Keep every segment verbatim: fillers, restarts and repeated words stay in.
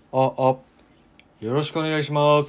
あ、あ、よろしくお願いします。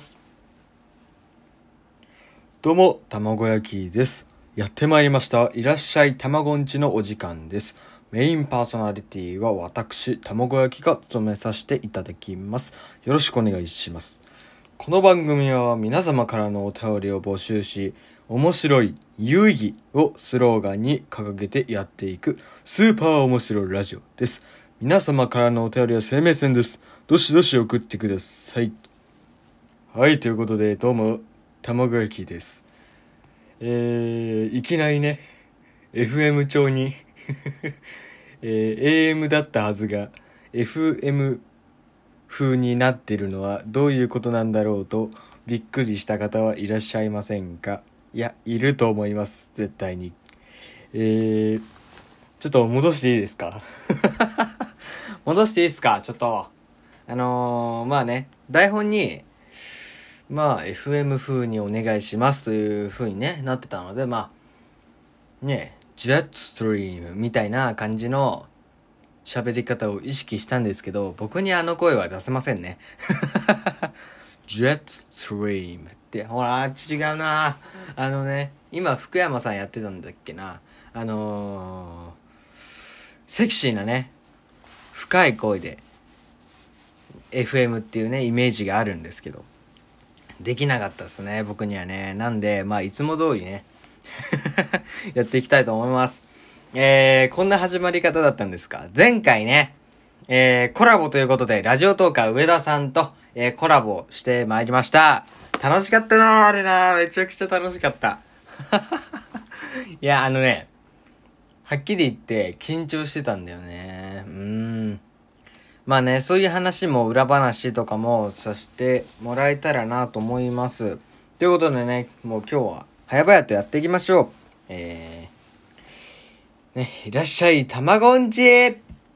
どうも、卵焼きです。やってまいりました。いらっしゃい卵んちのお時間です。メインパーソナリティは私、卵焼きが務めさせていただきます。よろしくお願いします。この番組は皆様からのお便りを募集し、面白い、有意義をスローガンに掲げてやっていくスーパー面白いラジオです。皆様からのお便りは生命線です。どしどし送ってください。はい、ということで、どうも、卵焼きです。えー、いきなりね、エフエム 調に、えー、エーエム だったはずが、エフエム 風になってるのはどういうことなんだろうと、びっくりした方はいらっしゃいませんか？いや、いると思います、絶対に。えー、ちょっと戻していいですか？戻していいですか？ちょっと。あのー、まあね、台本に、まあ エフエム 風にお願いしますという風にねなってたので、まあねジェットストリームみたいな感じの喋り方を意識したんですけど、僕にあの声は出せませんね。ジェットストリームってほら違うな。あのね、今福山さんやってたんだっけな、あのー、セクシーなね深い声で エフエム っていうねイメージがあるんですけど、できなかったですね、僕にはね。なんで、まあ、いつも通りね、やっていきたいと思います。えー、こんな始まり方だったんですか。前回ね、えー、コラボということで、ラジオトーカー上田さんと、えー、コラボしてまいりました。楽しかったなー、あれなー。めちゃくちゃ楽しかった。いや、あのね、はっきり言って緊張してたんだよね。うーん。まあね、そういう話も裏話とかもさせてもらえたらなと思います。ということでね、もう今日は早々とやっていきましょう。えー、ね、いらっしゃい、たまごんち。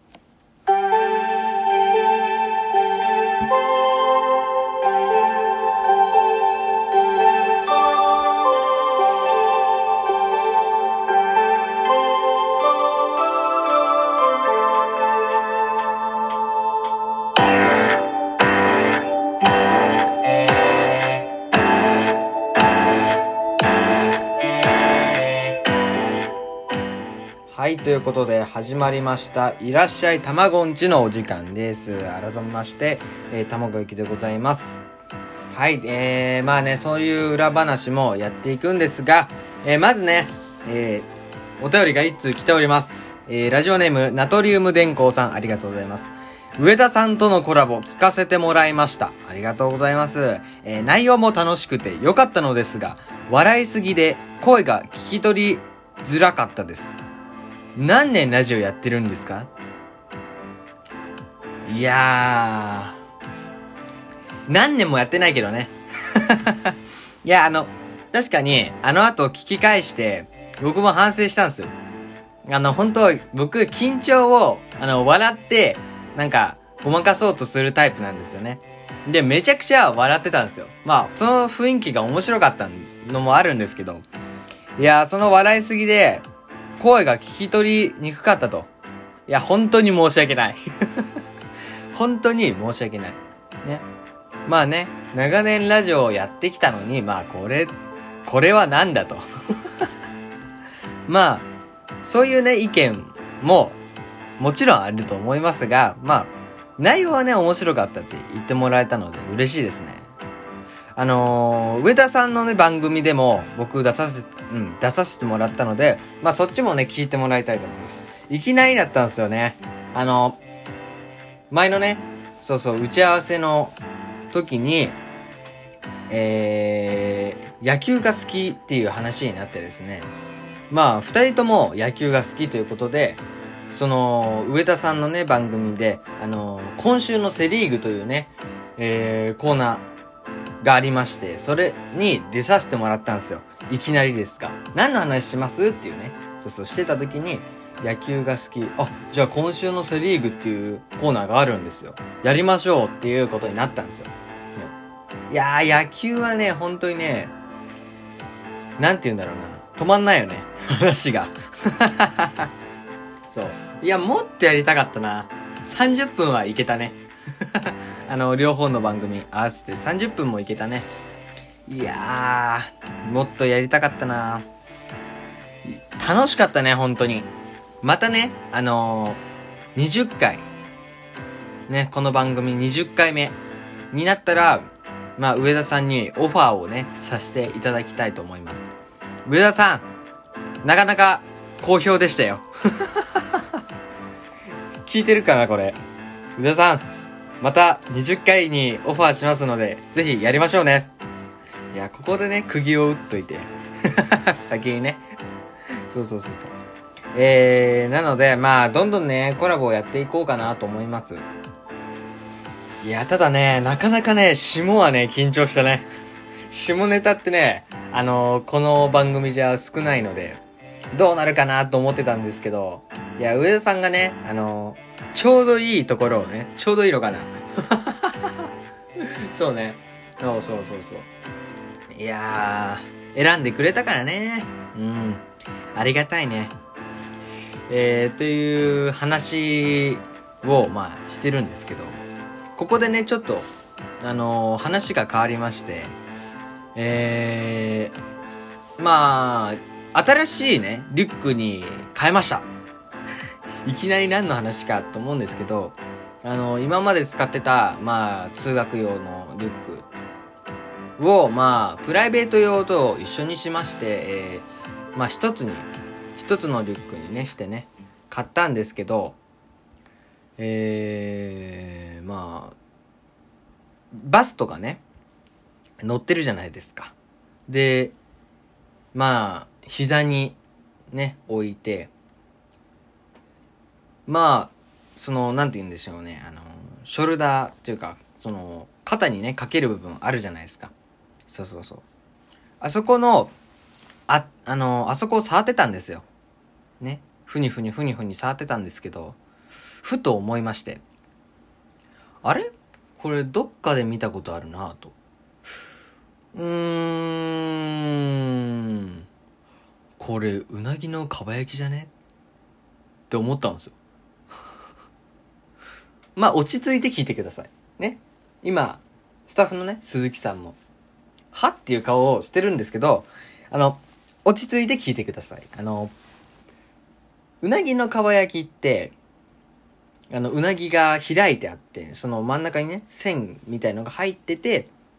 はい、ということで始まりましたいらっしゃいたまごんちのお時間です。改めまして、えー、たまごゆきでございます。はい、えー、まあね、そういう裏話もやっていくんですが、えー、まずね、えー、お便りが一通来ております。えー、ラジオネームナトリウム電光さん、ありがとうございます。上田さんとのコラボ聞かせてもらいました。ありがとうございます。えー、内容も楽しくて良かったのですが、笑いすぎで声が聞き取りづらかったです。何年ラジオやってるんですか？いやー、何年もやってないけどね。いや、あの、確かに、あの後聞き返して、僕も反省したんですよ。あの、本当僕、緊張を、あの、笑って、なんか、ごまかそうとするタイプなんですよね。で、めちゃくちゃ笑ってたんですよ。まあ、その雰囲気が面白かったのもあるんですけど、いやー、その笑いすぎで、声が聞き取りにくかったと。いや、本当に申し訳ない。本当に申し訳ない。ね。まあね、長年ラジオをやってきたのに、まあこれ、これはなんだと。まあ、そういうね、意見も、もちろんあると思いますが、まあ、内容はね、面白かったって言ってもらえたので嬉しいですね。あのー、上田さんのね、番組でも僕出させ、うん、出させてもらったので、まあそっちもね、聞いてもらいたいと思います。いきなりだったんですよね。あのー、前のね、そうそう、打ち合わせの時に、えー、野球が好きっていう話になってですね、まあ二人とも野球が好きということで、その上田さんのね番組で、あのー、今週のセリーグというね、えー、コーナーがありまして、それに出させてもらったんですよ。いきなりですが、何の話しますっていうね、そうそうしてた時に、野球が好き、あ、じゃあ今週のセリーグっていうコーナーがあるんですよ、やりましょうっていうことになったんですよ。いやー、野球はね、本当にね、なんて言うんだろうな、止まんないよね、話が。そう。いや、もっとやりたかったな。さんじゅっぷんはいけたね。 あの両方の番組合わせてさんじゅっぷんもいけたね。いやーもっとやりたかったな。楽しかったね本当に。またねあのー、にじゅっかいね、この番組にじゅっかいめになったら、まあ上田さんにオファーをねさせていただきたいと思います。上田さんなかなか好評でしたよ聞いてるかなこれ。上田さんまたにじゅっかいにオファーしますのでぜひやりましょうね。いやここでね釘を打っといて先にねそうそうそうそうえー、なのでまあどんどんねコラボをやっていこうかなと思います。いやただねなかなかね下はね緊張したね。下ネタってねあのー、この番組じゃ少ないのでどうなるかなと思ってたんですけど、いや上田さんがねあのー、ちょうどいいところをねちょうどいいのかなそうねそうそうそうそういやー選んでくれたからね。うんありがたいね。えー、という話をまあしてるんですけど、ここでねちょっとあのー、話が変わりまして、えー、まあ新しいねリュックに変えましたいきなり何の話かと思うんですけど、あのー、今まで使ってたまあ通学用のリュックをまあプライベート用と一緒にしまして、えー、まあ一つに一つのリュックにねしてね買ったんですけど、えー、まあバスとかね乗ってるじゃないですか。でまあ膝にね置いて、まあそのなんて言うんでしょうね、あのショルダーっていうかその肩にねかける部分あるじゃないですか。そうそうそうあそこのああのあそこを触ってたんですよね。ふにふにふにふに触ってたんですけど、ふと思いまして、あれこれどっかで見たことあるなと。うーんこれうなぎのかば焼きじゃねって思ったんですよまあ落ち着いて聞いてくださいね。今スタッフのね鈴木さんもはっていう顔をしてるんですけど、あの落ち着いて聞いてください。あのうなぎのかば焼きってあのうなぎが開いてあって、その真ん中にね線みたいのが入ってて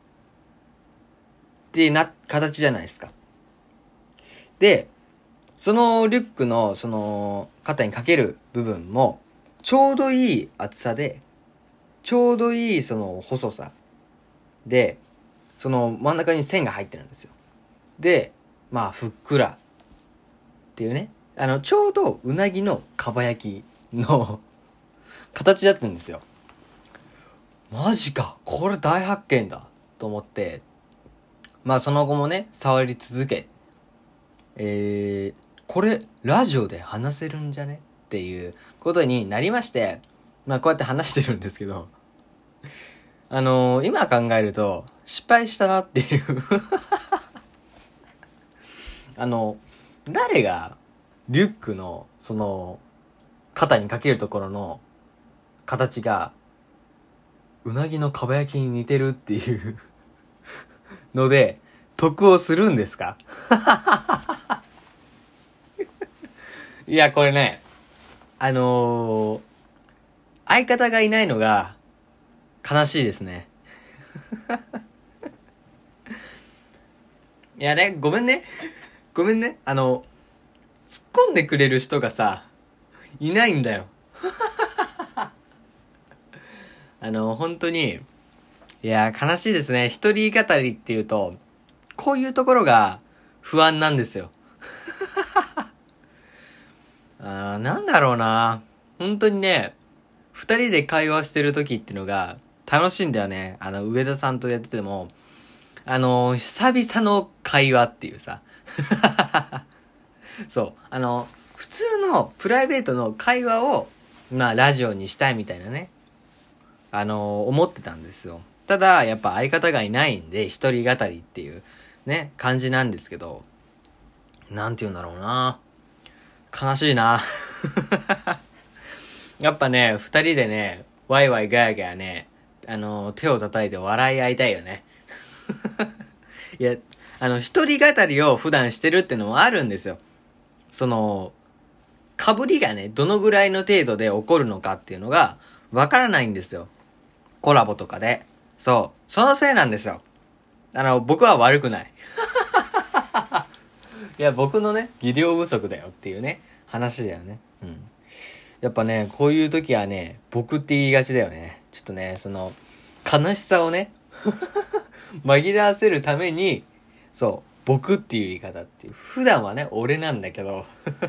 ってな形じゃないですか。でそのリュックのその肩にかける部分もちょうどいい厚さでちょうどいいその細さで、その真ん中に線が入ってるんですよ。でまあふっくらっていうね、あのちょうどうなぎのかば焼きの形だったんですよ。マジかこれ大発見だと思って、まあその後もね触り続け、えー、これラジオで話せるんじゃねっていうことになりまして、まあこうやって話してるんですけど、あのー、今考えると失敗したなっていうあの誰がリュックのその肩にかけるところの形がうなぎのかば焼きに似てるっていうので得をするんですかいやこれねあのー、相方がいないのが悲しいですねいやねごめんねごめんねあの突っ込んでくれる人がさいないんだよあの本当にいや悲しいですね。一人語りっていうとこういうところが不安なんですよあーなんだろうな、本当にね二人で会話してる時ってのが楽しいんだよね。あの上田さんとやっててもあの久々の会話っていうさそうあの普通のプライベートの会話をまあラジオにしたいみたいなねあの思ってたんですよ。ただやっぱ相方がいないんで一人語りっていうね感じなんですけど、なんて言うんだろうな、悲しいなやっぱね二人でねワイワイガヤガヤねあの、手を叩いて笑い合いたいよね。いや、あの、一人語りを普段してるってのもあるんですよ。その、被りがね、どのぐらいの程度で起こるのかっていうのが、わからないんですよ。コラボとかで。そう。そのせいなんですよ。あの、僕は悪くない。いや、僕のね、技量不足だよっていうね、話だよね。うん。やっぱね、こういう時はね、僕って言いがちだよね。ちょっとね、その、悲しさをね、紛らわせるために、そう、僕っていう言い方っていう。普段はね、俺なんだけど。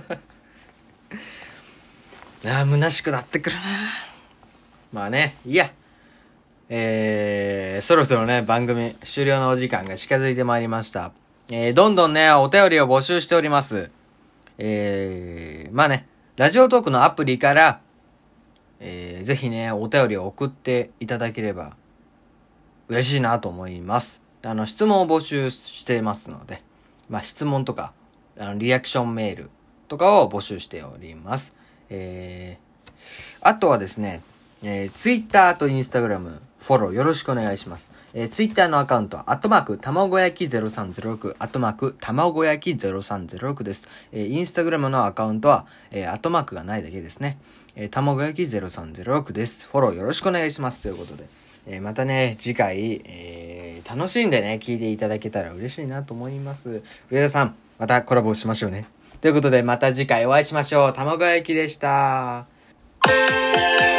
ああ、虚しくなってくるな。まあね、いいや。えー、そろそろね、番組終了のお時間が近づいてまいりました。えー、どんどんね、お便りを募集しております。えー、まあね、ラジオトークのアプリから、えー、ぜひね、お便りを送っていただければ嬉しいなと思います。あの、質問を募集してますので、まあ、質問とか、あの、リアクションメールとかを募集しております。えー、あとはですね、えー、Twitter と Instagram、フォローよろしくお願いします。えー、Twitter のアカウントは、アットマーク、たまご焼きゼロさんゼロろく、アットマーク、たまご焼きゼロさんゼロろくです。えー、Instagram のアカウントは、えー、アットマークがないだけですね。えー、たまご焼きゼロさんゼロろくです。フォローよろしくお願いします。ということで、えー、またね、次回、えー、楽しんでね、聞いていただけたら嬉しいなと思います。上田さん、またコラボしましょうね。ということで、また次回お会いしましょう。たまご焼きでした。